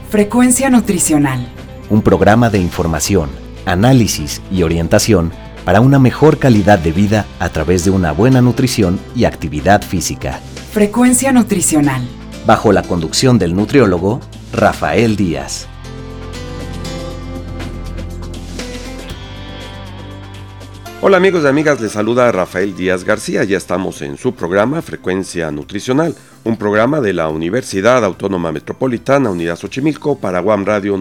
Frecuencia Nutricional. Un programa de información, análisis y orientación para una mejor calidad de vida a través de una buena nutrición y actividad física. Frecuencia Nutricional. Bajo la conducción del nutriólogo Rafael Díaz. Hola amigos y amigas, les saluda Rafael Díaz García. Ya estamos en su programa Frecuencia Nutricional, un programa de la Universidad Autónoma Metropolitana, Unidad Xochimilco, para UAM Radio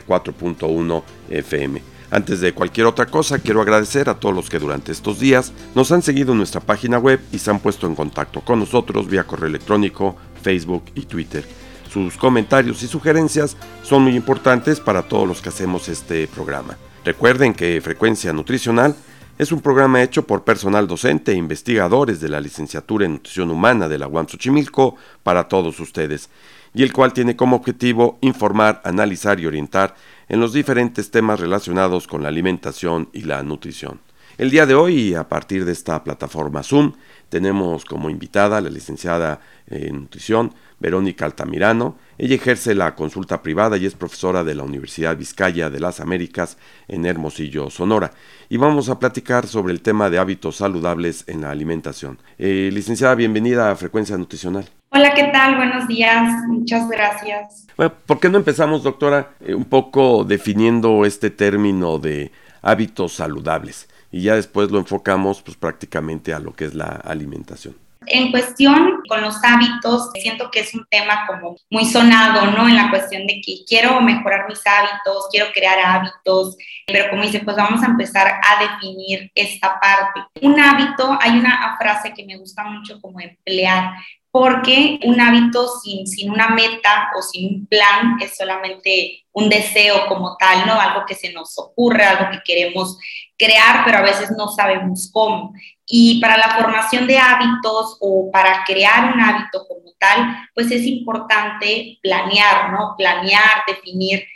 94.1 FM. Antes de cualquier otra cosa, quiero agradecer a todos los que durante estos días nos han seguido en nuestra página web y se han puesto en contacto con nosotros vía correo electrónico, Facebook y Twitter. Sus comentarios y sugerencias son muy importantes para todos los que hacemos este programa. Recuerden que Frecuencia Nutricional es un programa hecho por personal docente e investigadores de la Licenciatura en Nutrición Humana de la UAM Xochimilco para todos ustedes, y el cual tiene como objetivo informar, analizar y orientar en los diferentes temas relacionados con la alimentación y la nutrición. El día de hoy, a partir de esta plataforma Zoom, tenemos como invitada a la licenciada en nutrición Verónica Altamirano. Ella ejerce la consulta privada y es profesora de la Universidad Vizcaya de las Américas en Hermosillo, Sonora. Y vamos a platicar sobre el tema de hábitos saludables en la alimentación. Licenciada, bienvenida a Frecuencia Nutricional. Hola, ¿qué tal? Buenos días, muchas gracias. Bueno, ¿por qué no empezamos, doctora, un poco definiendo este término de hábitos saludables? Y ya después lo enfocamos pues prácticamente a lo que es la alimentación. En cuestión con los hábitos, siento que es un tema como muy sonado, ¿no? En la cuestión de que quiero mejorar mis hábitos, quiero crear hábitos, pero como dice, pues vamos a empezar a definir esta parte. Un hábito, hay una frase que me gusta mucho como emplear, porque un hábito sin una meta o sin un plan es solamente un deseo como tal, ¿no? Algo que se nos ocurre, algo que queremos crear, pero a veces no sabemos cómo. Y para la formación de hábitos o para crear un hábito como tal, pues es importante planear, ¿no? Planear, definir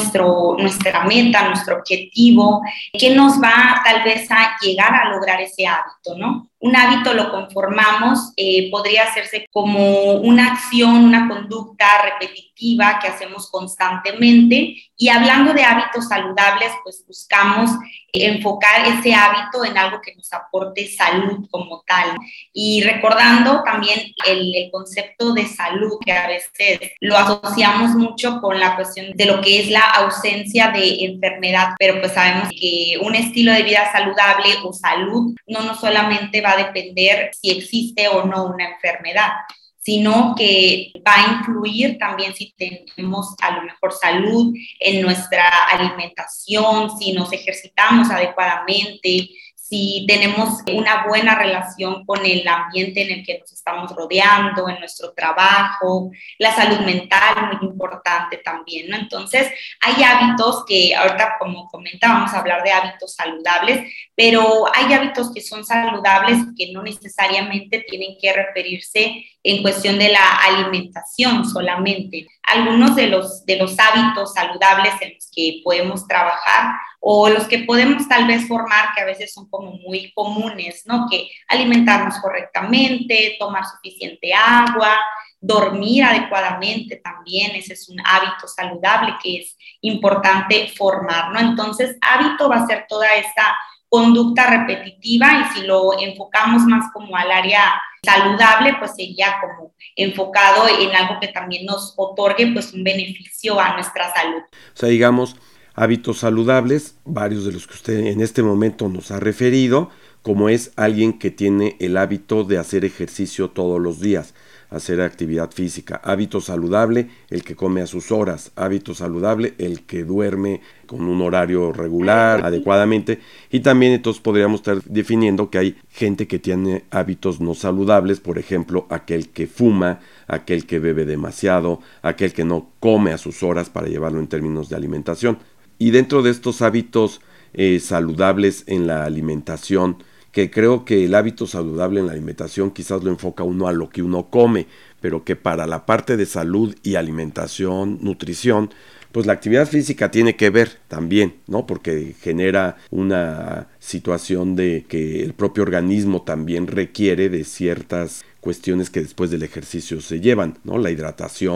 nuestra meta, nuestro objetivo, que nos va tal vez a llegar a lograr ese hábito, ¿no? Un hábito lo conformamos, podría hacerse como una acción, una conducta repetitiva que hacemos constantemente, y hablando de hábitos saludables, pues buscamos enfocar ese hábito en algo que nos aporte salud como tal. Y recordando también el concepto de salud, que a veces lo asociamos mucho con la cuestión de lo que es la ausencia de enfermedad, pero pues sabemos que un estilo de vida saludable o salud no solamente va a depender si existe o no una enfermedad, sino que va a influir también si tenemos a lo mejor salud en nuestra alimentación, si nos ejercitamos adecuadamente, si tenemos una buena relación con el ambiente en el que nos estamos rodeando, en nuestro trabajo, la salud mental, muy importante también, ¿no? Entonces, hay hábitos que ahorita, como comentábamos, hablar de hábitos saludables, pero hay hábitos que son saludables que no necesariamente tienen que referirse en cuestión de la alimentación solamente. Algunos de los hábitos saludables en los que podemos trabajar o los que podemos tal vez formar, que a veces son como muy comunes, ¿no? Que alimentarnos correctamente, tomar suficiente agua, dormir adecuadamente también, ese es un hábito saludable que es importante formar, ¿no? Entonces, hábito va a ser toda esta conducta repetitiva, y si lo enfocamos más como al área saludable, pues sería como enfocado en algo que también nos otorgue pues un beneficio a nuestra salud. O sea, digamos, hábitos saludables, varios de los que usted en este momento nos ha referido, como es alguien que tiene el hábito de hacer ejercicio todos los días, hacer actividad física. Hábito saludable, el que come a sus horas. Hábito saludable, el que duerme con un horario regular, adecuadamente. Y también entonces podríamos estar definiendo que hay gente que tiene hábitos no saludables, por ejemplo, aquel que fuma, aquel que bebe demasiado, aquel que no come a sus horas, para llevarlo en términos de alimentación. Y dentro de estos hábitos saludables en la alimentación, que creo que el hábito saludable en la alimentación quizás lo enfoca uno a lo que uno come, pero que para la parte de salud y alimentación, nutrición, pues la actividad física tiene que ver también, ¿no? Porque genera una situación de que el propio organismo también requiere de ciertas cuestiones que después del ejercicio se llevan, ¿no? La hidratación,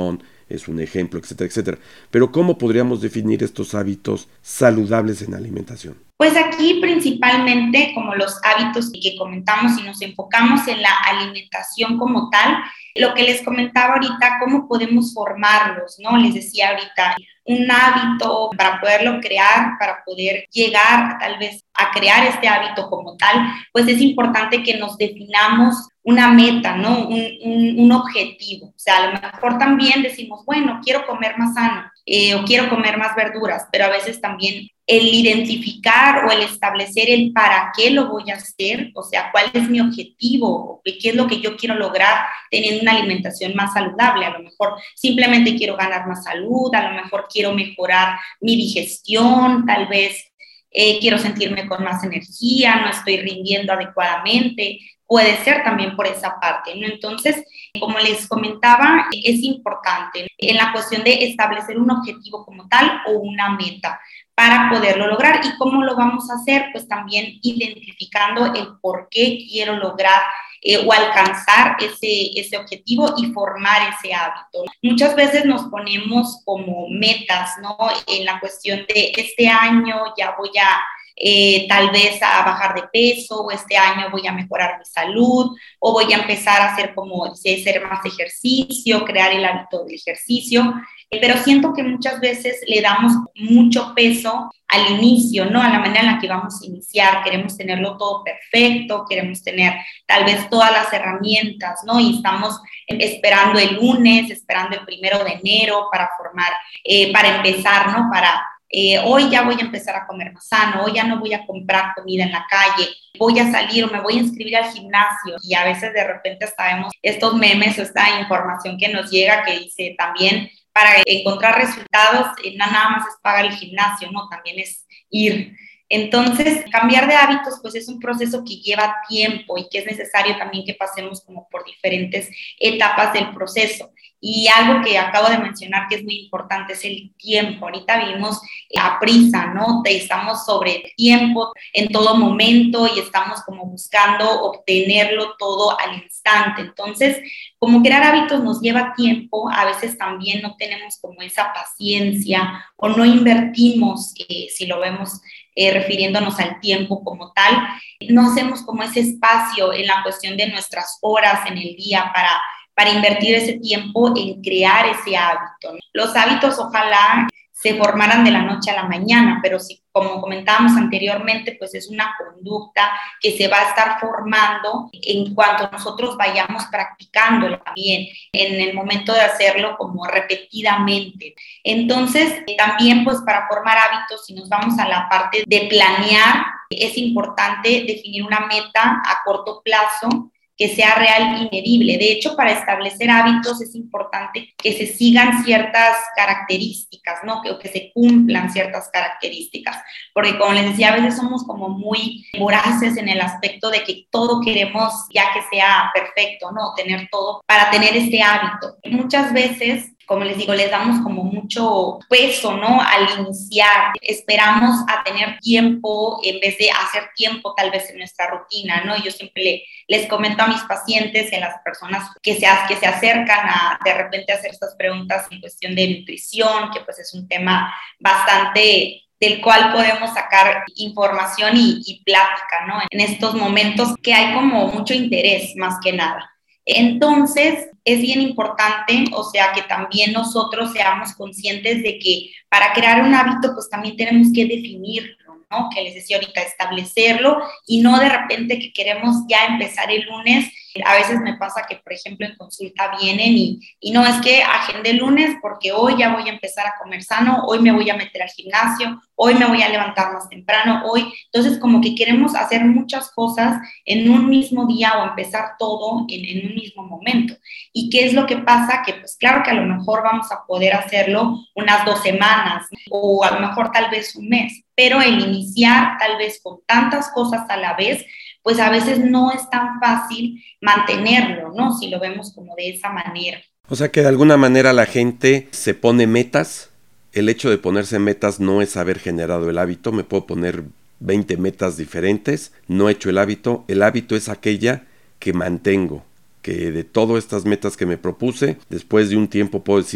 es un ejemplo, etcétera, etcétera. Pero ¿cómo podríamos definir estos hábitos saludables en alimentación? Pues aquí principalmente, como los hábitos que comentamos y nos enfocamos en la alimentación como tal, lo que les comentaba ahorita, cómo podemos formarlos, ¿no? Les decía ahorita, un hábito para poderlo crear, para poder llegar tal vez a crear este hábito como tal, pues es importante que nos definamos una meta, ¿no? Un objetivo. O sea, a lo mejor también decimos, bueno, quiero comer más sano o quiero comer más verduras, pero a veces también el identificar o el establecer el para qué lo voy a hacer, o sea, cuál es mi objetivo, qué es lo que yo quiero lograr teniendo una alimentación más saludable. A lo mejor simplemente quiero ganar más salud, a lo mejor quiero mejorar mi digestión, tal vez quiero sentirme con más energía, no estoy rindiendo adecuadamente. Puede ser también por esa parte, ¿no? Entonces, como les comentaba, es importante en la cuestión de establecer un objetivo como tal o una meta para poderlo lograr. ¿Y cómo lo vamos a hacer? Pues también identificando el por qué quiero lograr o alcanzar ese objetivo y formar ese hábito, ¿no? Muchas veces nos ponemos como metas, ¿no? En la cuestión de este año ya voy a tal vez a bajar de peso, o este año voy a mejorar mi salud, o voy a empezar a hacer, como dice, hacer más ejercicio, crear el hábito del ejercicio, pero siento que muchas veces le damos mucho peso al inicio, ¿no? A la manera en la que vamos a iniciar, queremos tenerlo todo perfecto, queremos tener tal vez todas las herramientas, ¿no? Y estamos esperando el lunes, esperando el 1 de enero para formar, para empezar, ¿no? Hoy ya voy a empezar a comer más sano, hoy ya no voy a comprar comida en la calle, voy a salir o me voy a inscribir al gimnasio. Y a veces de repente hasta vemos estos memes o esta información que nos llega que dice también para encontrar resultados, no nada más es pagar el gimnasio, no, también es ir. Entonces, cambiar de hábitos pues es un proceso que lleva tiempo y que es necesario también que pasemos como por diferentes etapas del proceso. Y algo que acabo de mencionar que es muy importante es el tiempo. Ahorita vivimos a prisa, ¿no? Estamos sobre el tiempo en todo momento y estamos como buscando obtenerlo todo al instante. Entonces, como crear hábitos nos lleva tiempo, a veces también no tenemos como esa paciencia o no invertimos, si lo vemos refiriéndonos al tiempo como tal, no hacemos como ese espacio en la cuestión de nuestras horas en el día para invertir ese tiempo en crear ese hábito, ¿no? Los hábitos ojalá se formaran de la noche a la mañana, pero si, como comentábamos anteriormente, pues es una conducta que se va a estar formando en cuanto nosotros vayamos practicándola bien, en el momento de hacerlo como repetidamente. Entonces, también pues para formar hábitos, si nos vamos a la parte de planear, es importante definir una meta a corto plazo que sea real y medible. De hecho, para establecer hábitos es importante que se sigan ciertas características, ¿no? Que se cumplan ciertas características, porque como les decía, a veces somos como muy voraces en el aspecto de que todo queremos ya que sea perfecto, ¿no? Tener todo para tener este hábito. Muchas veces, como les digo, les damos como mucho peso, ¿no? Al iniciar, esperamos a tener tiempo en vez de hacer tiempo tal vez en nuestra rutina, ¿no? Yo siempre les comento a mis pacientes y a las personas que se acercan a de repente hacer estas preguntas en cuestión de nutrición, que pues es un tema bastante del cual podemos sacar información y plática, ¿no? En estos momentos que hay como mucho interés más que nada. Entonces, es bien importante, o sea, que también nosotros seamos conscientes de que para crear un hábito, pues también tenemos que definirlo, ¿no? Que les decía ahorita, establecerlo y no de repente que queremos ya empezar el lunes. A veces me pasa que, por ejemplo, en consulta vienen y no, es que agendé el lunes porque hoy ya voy a empezar a comer sano, hoy me voy a meter al gimnasio, hoy me voy a levantar más temprano, hoy. Entonces, como que queremos hacer muchas cosas en un mismo día o empezar todo en un mismo momento. ¿Y qué es lo que pasa? Que pues claro que a lo mejor vamos a poder hacerlo unas 2 semanas o a lo mejor tal vez un mes, pero el iniciar tal vez con tantas cosas a la vez, pues a veces no es tan fácil mantenerlo, ¿no? Si lo vemos como de esa manera. O sea que de alguna manera la gente se pone metas. El hecho de ponerse metas no es haber generado el hábito. Me puedo poner 20 metas diferentes, no he hecho el hábito. El hábito es aquella que mantengo, que de todas estas metas que me propuse, después de un tiempo puedo decir,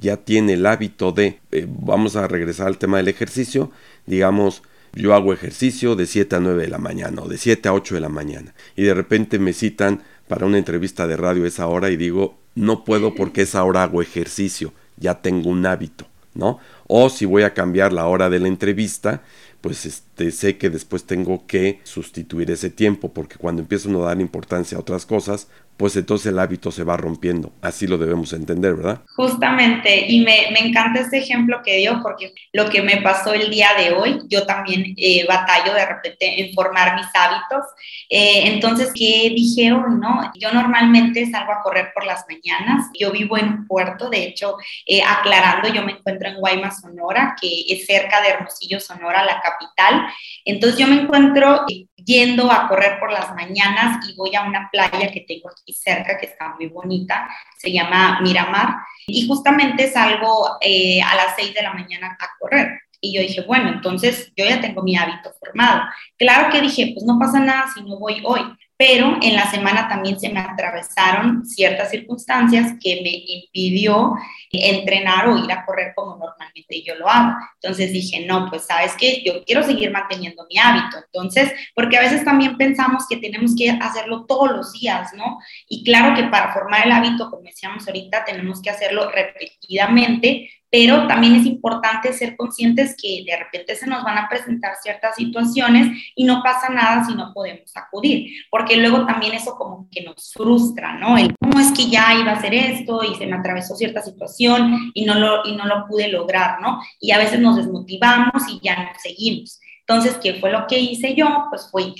ya tiene el hábito de, vamos a regresar al tema del ejercicio, digamos, yo hago ejercicio de 7 a 9 de la mañana o de 7 a 8 de la mañana y de repente me citan para una entrevista de radio a esa hora y digo, no puedo porque esa hora hago ejercicio, ya tengo un hábito, ¿no? O si voy a cambiar la hora de la entrevista, pues sé que después tengo que sustituir ese tiempo, porque cuando empiezo a no dar importancia a otras cosas, pues entonces el hábito se va rompiendo. Así lo debemos entender, ¿verdad? Justamente, y me encanta este ejemplo que dio, porque lo que me pasó el día de hoy, yo también batallo de repente en formar mis hábitos. Entonces, ¿qué dije hoy, no? Yo normalmente salgo a correr por las mañanas. Yo vivo en un puerto, de hecho, aclarando, yo me encuentro en Guaymas, Sonora, que es cerca de Hermosillo, Sonora, la capital. Entonces, yo me encuentro yendo a correr por las mañanas y voy a una playa que tengo aquí cerca, que está muy bonita, se llama Miramar, y justamente salgo a las 6 de la mañana a correr. Y yo dije, bueno, entonces yo ya tengo mi hábito formado. Claro que dije, pues no pasa nada si no voy hoy, pero en la semana también se me atravesaron ciertas circunstancias que me impidió entrenar o ir a correr como normalmente yo lo hago. Entonces dije, no, pues sabes qué, yo quiero seguir manteniendo mi hábito. Entonces, porque a veces también pensamos que tenemos que hacerlo todos los días, ¿no? Y claro que para formar el hábito, como decíamos ahorita, tenemos que hacerlo repetidamente, pero también es importante ser conscientes que de repente se nos van a presentar ciertas situaciones y no pasa nada si no podemos acudir, porque luego también eso como que nos frustra, ¿no? ¿Cómo es que ya iba a hacer esto y se me atravesó cierta situación y no lo pude lograr, ¿no? Y a veces nos desmotivamos y ya no seguimos. Entonces, ¿qué fue lo que hice yo? Pues fue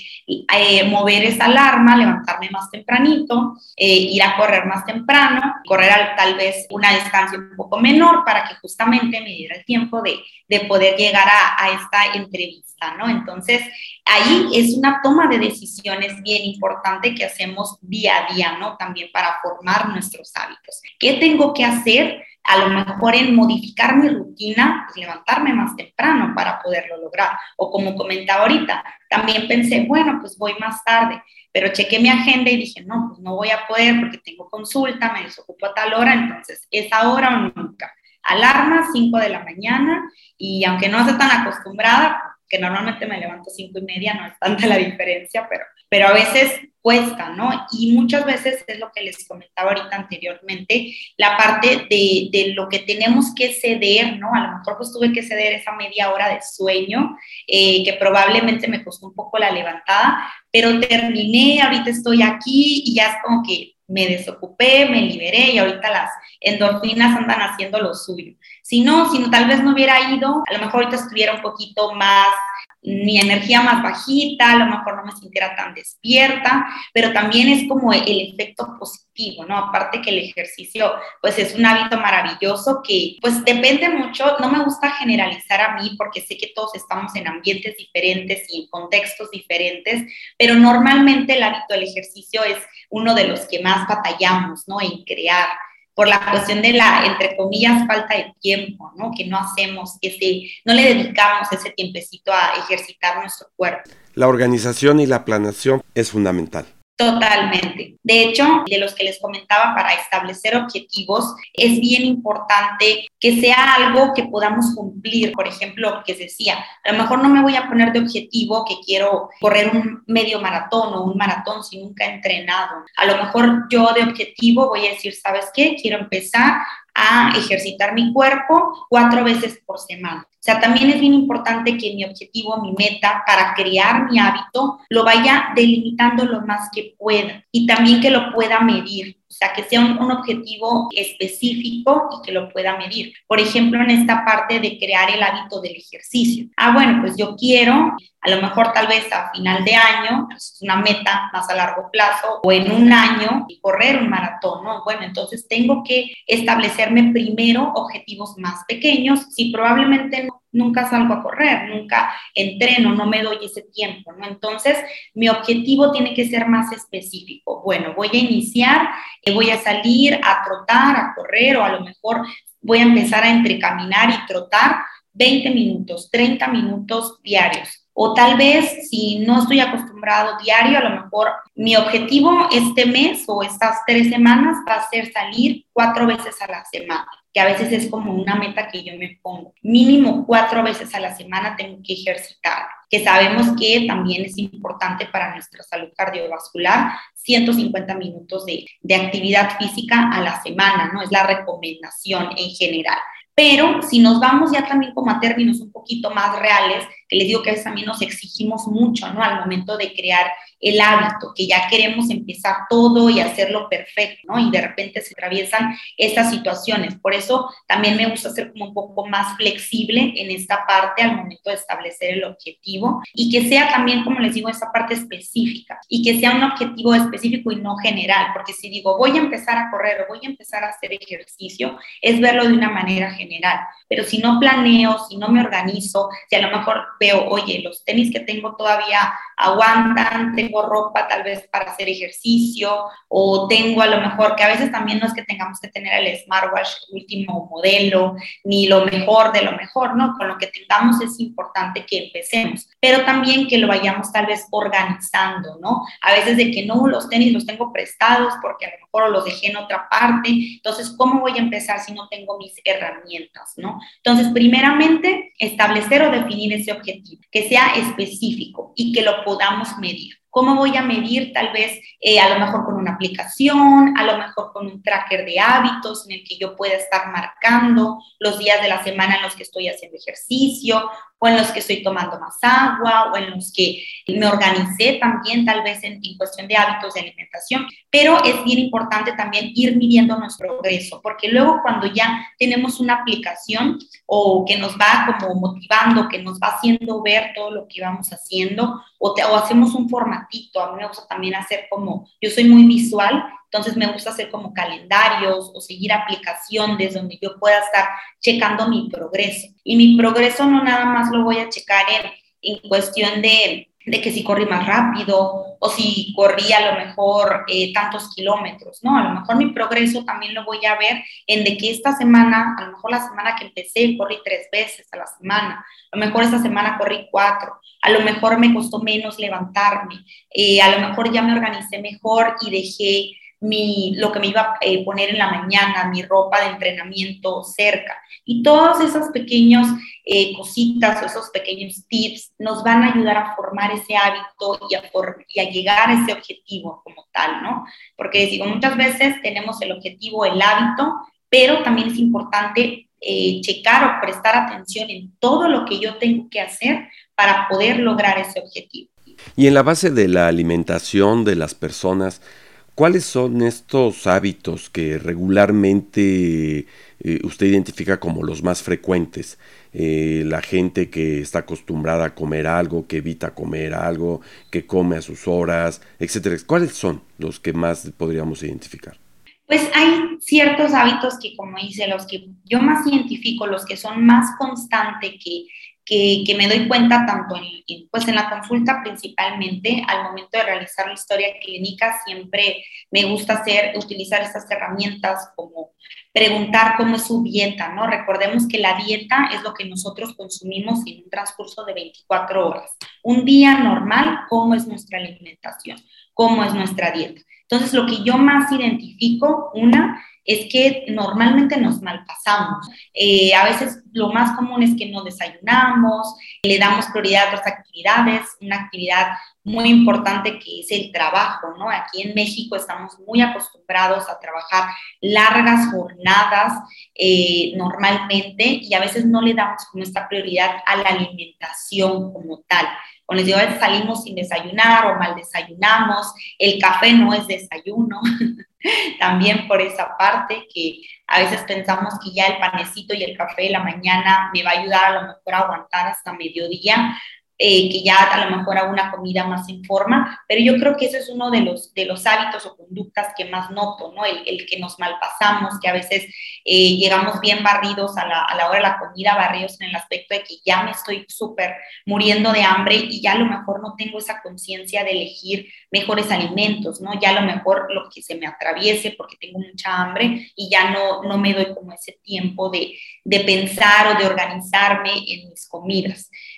mover esa alarma, levantarme más tempranito, ir a correr más temprano, correr tal vez una distancia un poco menor para que justamente me diera el tiempo de poder llegar a esta entrevista, ¿no? Entonces, ahí es una toma de decisiones bien importante que hacemos día a día, ¿no? También para formar nuestros hábitos. ¿Qué tengo que hacer? A lo mejor en modificar mi rutina, pues levantarme más temprano para poderlo lograr. O como comentaba ahorita, también pensé, bueno, pues voy más tarde, pero chequé mi agenda y dije, no, pues no voy a poder porque tengo consulta, me desocupo a tal hora, entonces es ahora o nunca. Alarma, 5 de la mañana, y aunque no esté tan acostumbrada, que normalmente me levanto 5:30, no es tanta la diferencia, pero a veces cuesta, ¿no? Y muchas veces es lo que les comentaba ahorita anteriormente, la parte de lo que tenemos que ceder, ¿no? A lo mejor pues tuve que ceder esa media hora de sueño, que probablemente me costó un poco la levantada, pero terminé, ahorita estoy aquí y ya es como que me desocupé, me liberé y ahorita las endorfinas andan haciendo lo suyo. Si no, tal vez no hubiera ido, a lo mejor ahorita estuviera un poquito más, mi energía más bajita, a lo mejor no me sintiera tan despierta, pero también es como el efecto positivo, ¿no? Aparte que el ejercicio, pues es un hábito maravilloso que, pues depende mucho, no me gusta generalizar a mí porque sé que todos estamos en ambientes diferentes y en contextos diferentes, pero normalmente el hábito del ejercicio es uno de los que más batallamos, ¿no? En crear, por la cuestión de la, entre comillas, falta de tiempo, ¿no? Que no hacemos, no le dedicamos ese tiempecito a ejercitar nuestro cuerpo. La organización y la planeación es fundamental. Totalmente. De hecho, de los que les comentaba, para establecer objetivos es bien importante que sea algo que podamos cumplir. Por ejemplo, lo que decía, a lo mejor no me voy a poner de objetivo que quiero correr un medio maratón o un maratón si nunca he entrenado. A lo mejor yo de objetivo voy a decir, ¿sabes qué? Quiero empezar a ejercitar mi cuerpo 4 veces por semana. O sea, también es bien importante que mi objetivo, mi meta para crear mi hábito, lo vaya delimitando lo más que pueda y también que lo pueda medir. O sea, que sea un objetivo específico y que lo pueda medir. Por ejemplo, en esta parte de crear el hábito del ejercicio. Bueno, pues yo quiero, a lo mejor tal vez a final de año, es una meta más a largo plazo, o en un año, correr un maratón, ¿no? Bueno, entonces tengo que establecerme primero objetivos más pequeños, si probablemente nunca salgo a correr, nunca entreno, no me doy ese tiempo, ¿no? Entonces, mi objetivo tiene que ser más específico. Bueno, voy a iniciar, voy a salir a trotar, a correr, o a lo mejor voy a empezar a entre caminar y trotar 20 minutos, 30 minutos diarios. O tal vez si no estoy acostumbrado diario, a lo mejor mi objetivo este mes o estas 3 semanas va a ser salir 4 veces a la semana, que a veces es como una meta que yo me pongo. Mínimo 4 veces a la semana tengo que ejercitar, que sabemos que también es importante para nuestra salud cardiovascular, 150 minutos de actividad física a la semana, ¿no? Es la recomendación en general. Pero si nos vamos ya también como a términos un poquito más reales, que les digo que a veces también nos exigimos mucho, ¿no? Al momento de crear el hábito, que ya queremos empezar todo y hacerlo perfecto, ¿no? Y de repente se atraviesan estas situaciones. Por eso también me gusta ser como un poco más flexible en esta parte al momento de establecer el objetivo y que sea también, como les digo, esa parte específica y que sea un objetivo específico y no general, porque si digo voy a empezar a correr o voy a empezar a hacer ejercicio, es verlo de una manera general. Pero si no planeo, si no me organizo, si a lo mejor veo, oye, los tenis que tengo todavía aguantan, tengo ropa tal vez para hacer ejercicio, o tengo a lo mejor, que a veces también no es que tengamos que tener el smartwatch último modelo, ni lo mejor de lo mejor, ¿no? Con lo que tengamos es importante que empecemos, pero también que lo vayamos tal vez organizando, ¿no? A veces de que no, los tenis los tengo prestados porque a lo mejor los dejé en otra parte, entonces, ¿cómo voy a empezar si no tengo mis herramientas, ¿no? Entonces, primeramente, establecer o definir ese objetivo, que sea específico y que lo podamos medir. ¿Cómo voy a medir? Tal vez a lo mejor con una aplicación, a lo mejor con un tracker de hábitos en el que yo pueda estar marcando los días de la semana en los que estoy haciendo ejercicio, o en los que estoy tomando más agua, o en los que me organicé también tal vez en cuestión de hábitos de alimentación. Pero es bien importante también ir midiendo nuestro progreso, porque luego cuando ya tenemos una aplicación o que nos va como motivando, que nos va haciendo ver todo lo que vamos haciendo, o hacemos un formatito. A mí me gusta también hacer como, yo soy muy visual, entonces me gusta hacer como calendarios o seguir aplicaciones donde yo pueda estar checando mi progreso. Y mi progreso no nada más lo voy a checar en cuestión de que si corrí más rápido o si corrí a lo mejor tantos kilómetros, ¿no? A lo mejor mi progreso también lo voy a ver en de que esta semana, a lo mejor la semana que empecé, corrí 3 veces a la semana, a lo mejor esta semana corrí 4, a lo mejor me costó menos levantarme, a lo mejor ya me organicé mejor y dejé lo que me iba a poner en la mañana, mi ropa de entrenamiento cerca. Y todas esas pequeñas cositas o esos pequeños tips nos van a ayudar a formar ese hábito y a llegar a ese objetivo como tal, ¿no? Porque digo, muchas veces tenemos el objetivo, el hábito, pero también es importante checar o prestar atención en todo lo que yo tengo que hacer para poder lograr ese objetivo. Y en la base de la alimentación de las personas, ¿cuáles son estos hábitos que regularmente usted identifica como los más frecuentes? La gente que está acostumbrada a comer algo, que evita comer algo, que come a sus horas, etcétera. ¿Cuáles son los que más podríamos identificar? Pues hay ciertos hábitos que, como dice, los que yo más identifico, los que son más constantes, que me doy cuenta tanto pues en la consulta principalmente, al momento de realizar la historia clínica, siempre me gusta utilizar estas herramientas como preguntar cómo es su dieta, ¿no? Recordemos que la dieta es lo que nosotros consumimos en un transcurso de 24 horas. Un día normal, ¿cómo es nuestra alimentación? ¿Cómo es nuestra dieta? Entonces, lo que yo más identifico, es que normalmente nos malpasamos. A veces lo más común es que no desayunamos, le damos prioridad a otras actividades, una actividad muy importante que es el trabajo, ¿no? Aquí en México estamos muy acostumbrados a trabajar largas jornadas normalmente y a veces no le damos como esta prioridad a la alimentación como tal. Como les digo, a veces salimos sin desayunar o mal desayunamos, el café no es desayuno, también por esa parte que a veces pensamos que ya el panecito y el café de la mañana me va a ayudar a lo mejor a aguantar hasta mediodía, que ya a lo mejor hago una comida más en forma, pero yo creo que ese es uno de los hábitos o conductas que más noto, ¿no? El que nos malpasamos, que a veces llegamos bien barridos a la hora de la comida, barridos en el aspecto de que ya me estoy súper muriendo de hambre y ya a lo mejor no tengo esa conciencia de elegir mejores alimentos, ¿no? Ya a lo mejor lo que se me atraviese porque tengo mucha hambre y ya no me doy como ese tiempo de pensar o de organizarme en mis comidas.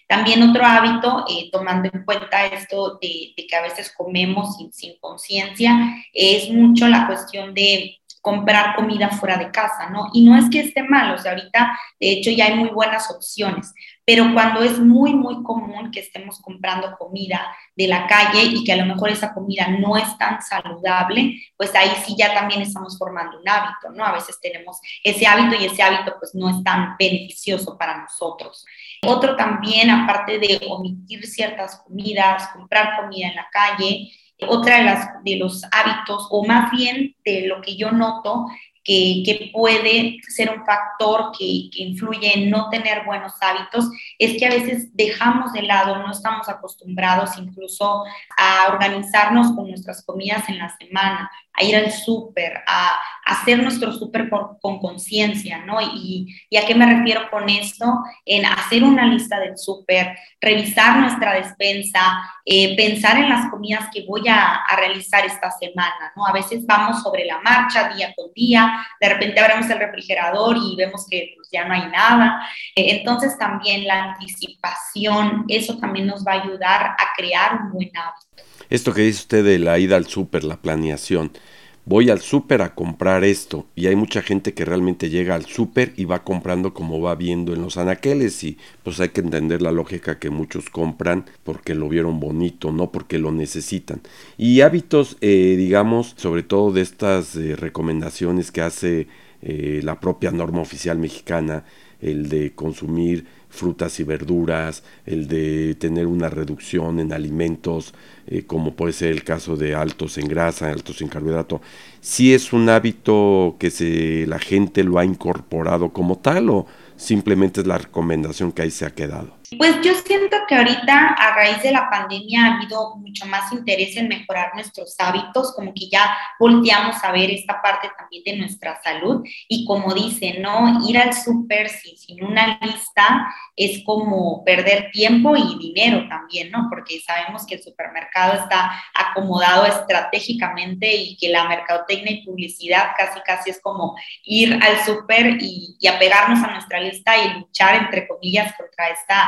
También otro hábito, tomando en cuenta esto de que a veces comemos sin conciencia, es mucho la cuestión de comprar comida fuera de casa, ¿no? Y no es que esté mal, o sea, ahorita de hecho ya hay muy buenas opciones, pero cuando es muy, muy común que estemos comprando comida de la calle y que a lo mejor esa comida no es tan saludable, pues ahí sí ya también estamos formando un hábito, ¿no? A veces tenemos ese hábito y ese hábito pues no es tan beneficioso para nosotros. Otro también, aparte de omitir ciertas comidas, comprar comida en la calle, otra de los hábitos, o más bien de lo que yo noto, que puede ser un factor que influye en no tener buenos hábitos, es que a veces dejamos de lado, no estamos acostumbrados incluso a organizarnos con nuestras comidas en la semana, a ir al súper, a hacer nuestro súper con conciencia, ¿no? ¿Y a qué me refiero con esto? En hacer una lista del súper, revisar nuestra despensa, pensar en las comidas que voy a realizar esta semana, ¿no? A veces vamos sobre la marcha, día con día, de repente abrimos el refrigerador y vemos que pues, ya no hay nada. Entonces también la anticipación, eso también nos va a ayudar a crear un buen hábito. Esto que dice usted de la ida al súper, la planeación. Voy al súper a comprar esto, y hay mucha gente que realmente llega al súper y va comprando como va viendo en los anaqueles, y pues hay que entender la lógica que muchos compran porque lo vieron bonito, no porque lo necesitan. Y hábitos, digamos, sobre todo de estas recomendaciones que hace la propia norma oficial mexicana, el de consumir frutas y verduras, el de tener una reducción en alimentos, como puede ser el caso de altos en grasa, altos en carbohidrato. ¿Sí es un hábito que la gente lo ha incorporado como tal o simplemente es la recomendación que ahí se ha quedado? Pues yo siento que ahorita a raíz de la pandemia ha habido mucho más interés en mejorar nuestros hábitos, como que ya volteamos a ver esta parte también de nuestra salud y como dicen, ¿no? Ir al súper sin una lista es como perder tiempo y dinero también, ¿no? Porque sabemos que el supermercado está acomodado estratégicamente y que la mercadotecnia y publicidad casi es como ir al súper y apegarnos a nuestra lista y luchar, entre comillas, contra esta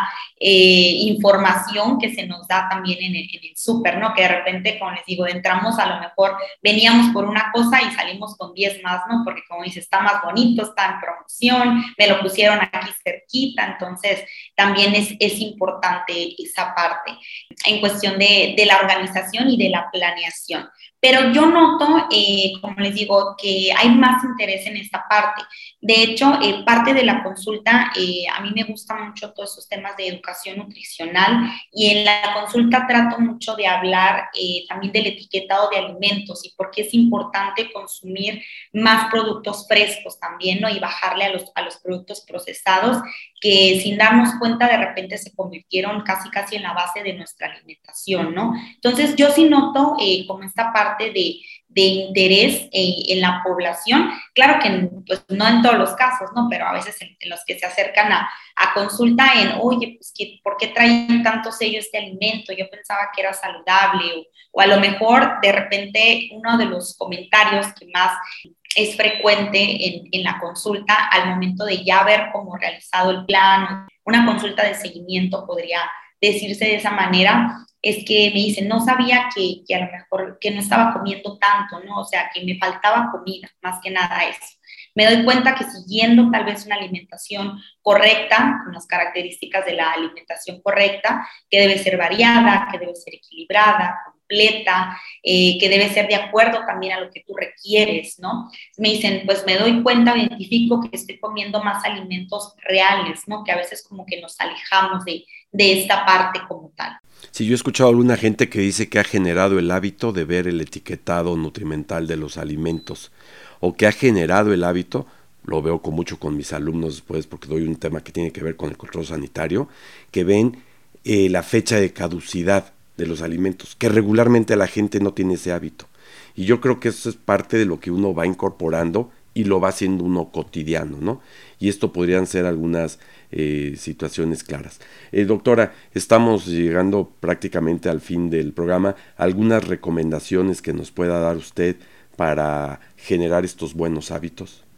información que se nos da también en el súper, ¿no? Que de repente, como les digo, entramos, a lo mejor veníamos por una cosa y salimos con 10 más, ¿no? Porque como dice, está más bonito, está en promoción, me lo pusieron aquí cerquita, entonces también es importante esa parte en cuestión de la organización y de la planeación. Pero yo noto, como les digo, que hay más interés en esta parte. De hecho, parte de la consulta, a mí me gustan mucho todos esos temas de educación nutricional y en la consulta trato mucho de hablar también del etiquetado de alimentos y por qué es importante consumir más productos frescos también, ¿no? Y bajarle a los productos procesados que sin darnos cuenta de repente se convirtieron casi en la base de nuestra alimentación, ¿no? Entonces yo sí noto como esta parte de interés en la población, claro que pues, no en todos los casos, ¿no? Pero a veces en los que se acercan a consulta oye, pues, ¿por qué trae tanto sello este alimento? Yo pensaba que era saludable, o a lo mejor de repente uno de los comentarios que más es frecuente en la consulta al momento de ya haber como realizado el plan, una consulta de seguimiento podría decirse de esa manera, es que me dicen, no sabía que a lo mejor que no estaba comiendo tanto, ¿no? O sea, que me faltaba comida, más que nada eso. Me doy cuenta que siguiendo tal vez una alimentación correcta, con las características de la alimentación correcta, que debe ser variada, que debe ser equilibrada, completa, que debe ser de acuerdo también a lo que tú requieres, ¿no? Me dicen, pues me doy cuenta, identifico que estoy comiendo más alimentos reales, ¿no? Que a veces como que nos alejamos de esta parte como tal. Sí, yo he escuchado a alguna gente que dice que ha generado el hábito de ver el etiquetado nutrimental de los alimentos, o que ha generado el hábito, lo veo mucho con mis alumnos después porque doy un tema que tiene que ver con el control sanitario, que ven la fecha de caducidad de los alimentos, que regularmente la gente no tiene ese hábito. Y yo creo que eso es parte de lo que uno va incorporando y lo va haciendo uno cotidiano, ¿no? Y esto podrían ser algunas situaciones claras. Doctora, estamos llegando prácticamente al fin del programa. ¿Algunas recomendaciones que nos pueda dar usted para generar estos buenos hábitos?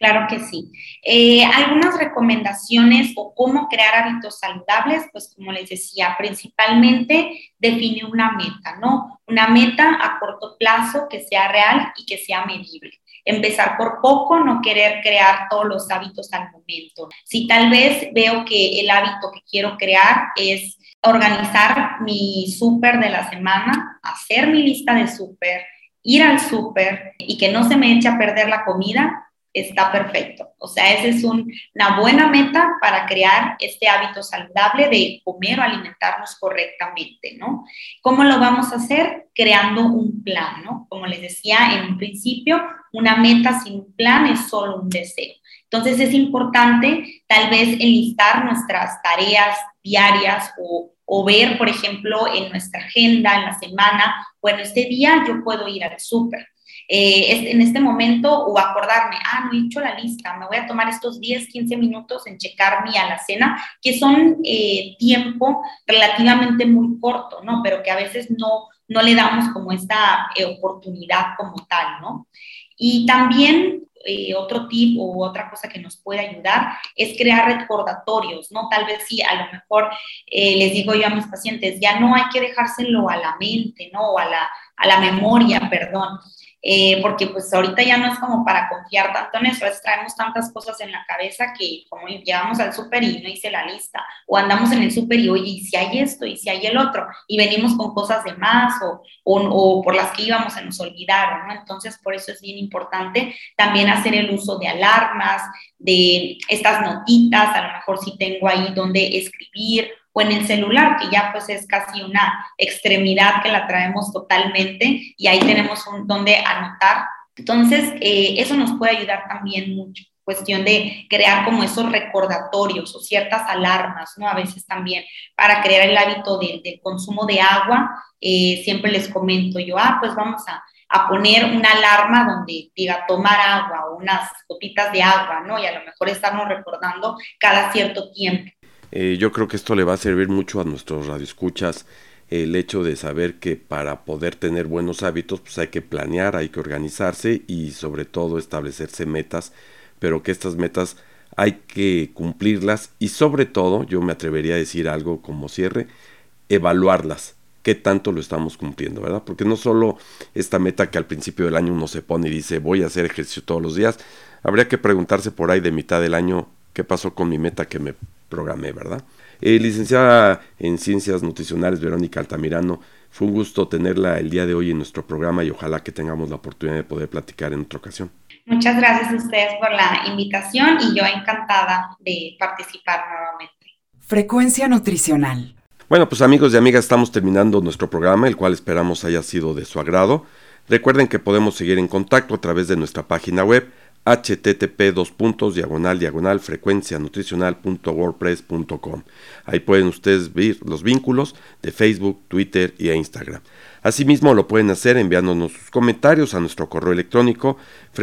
Claro que sí. Algunas recomendaciones o cómo crear hábitos saludables, pues como les decía, principalmente define una meta, ¿no? Una meta a corto plazo que sea real y que sea medible. Empezar por poco, no querer crear todos los hábitos al momento. Si tal vez veo que el hábito que quiero crear es organizar mi súper de la semana, hacer mi lista de súper, ir al súper y que no se me eche a perder la comida, está perfecto. O sea, esa es una buena meta para crear este hábito saludable de comer o alimentarnos correctamente, ¿no? ¿Cómo lo vamos a hacer? Creando un plan, ¿no? Como les decía en un principio, una meta sin un plan es solo un deseo. Entonces es importante tal vez enlistar nuestras tareas diarias o ver, por ejemplo, en nuestra agenda, en la semana, bueno, este día yo puedo ir al súper. En este momento o acordarme, no he hecho la lista, me voy a tomar estos 10, 15 minutos en checar mi alacena, que son tiempo relativamente muy corto, ¿no? Pero que a veces no le damos como esta oportunidad como tal, ¿no? Y también otro tip o otra cosa que nos puede ayudar es crear recordatorios, ¿no? Tal vez sí, a lo mejor les digo yo a mis pacientes, ya no hay que dejárselo a la mente, ¿no? O a la memoria, perdón. Porque pues ahorita ya no es como para confiar tanto en eso, traemos tantas cosas en la cabeza que como llevamos al súper y no hice la lista, o andamos en el súper y oye, y si hay esto, y si hay el otro, y venimos con cosas de más o por las que íbamos se nos olvidaron, ¿no? Entonces por eso es bien importante también hacer el uso de alarmas, de estas notitas, a lo mejor si tengo ahí donde escribir, o en el celular, que ya pues es casi una extremidad que la traemos totalmente y ahí tenemos donde anotar. Entonces, eso nos puede ayudar también mucho, cuestión de crear como esos recordatorios o ciertas alarmas, ¿no? A veces también para crear el hábito del consumo de agua, siempre les comento yo, pues vamos a poner una alarma donde diga tomar agua o unas gotitas de agua, ¿no? Y a lo mejor estarnos recordando cada cierto tiempo. Yo creo que esto le va a servir mucho a nuestros radioescuchas, el hecho de saber que para poder tener buenos hábitos pues hay que planear, hay que organizarse y sobre todo establecerse metas, pero que estas metas hay que cumplirlas y sobre todo, yo me atrevería a decir algo como cierre, evaluarlas, qué tanto lo estamos cumpliendo, ¿verdad? Porque no solo esta meta que al principio del año uno se pone y dice voy a hacer ejercicio todos los días, habría que preguntarse por ahí de mitad del año qué pasó con mi meta que me programé, ¿verdad? Licenciada en Ciencias Nutricionales Verónica Altamirano, fue un gusto tenerla el día de hoy en nuestro programa y ojalá que tengamos la oportunidad de poder platicar en otra ocasión. Muchas gracias a ustedes por la invitación y yo encantada de participar nuevamente. Frecuencia nutricional. Bueno, pues amigos y amigas, estamos terminando nuestro programa, el cual esperamos haya sido de su agrado. Recuerden que podemos seguir en contacto a través de nuestra página web http://frecuencianutricional.wordpress.com. Ahí pueden ustedes ver los vínculos de Facebook, Twitter y Instagram. Asimismo lo pueden hacer enviándonos sus comentarios a nuestro correo electrónico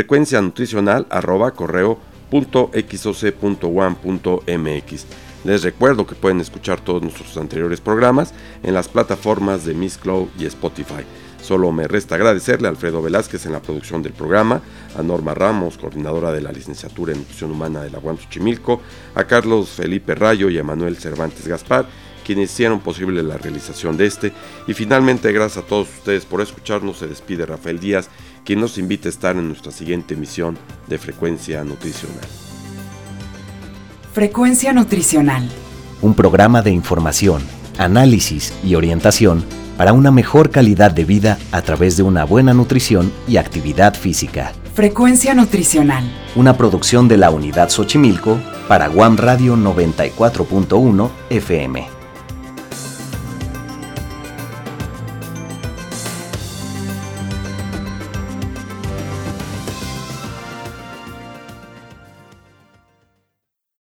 frecuencianutricional@correo.xoc.1.mx. Les recuerdo que pueden escuchar todos nuestros anteriores programas en las plataformas de Mixcloud y Spotify. Solo me resta agradecerle a Alfredo Velázquez en la producción del programa, a Norma Ramos, coordinadora de la licenciatura en Nutrición Humana de la UAM Xochimilco, a Carlos Felipe Rayo y a Manuel Cervantes Gaspar, quienes hicieron posible la realización de y finalmente gracias a todos ustedes por escucharnos. Se despide Rafael Díaz, quien nos invita a estar en nuestra siguiente emisión de Frecuencia Nutricional. Frecuencia nutricional. Un programa de información, análisis y orientación para una mejor calidad de vida a través de una buena nutrición y actividad física. Frecuencia nutricional. Una producción de la Unidad Xochimilco para UAM Radio 94.1 FM.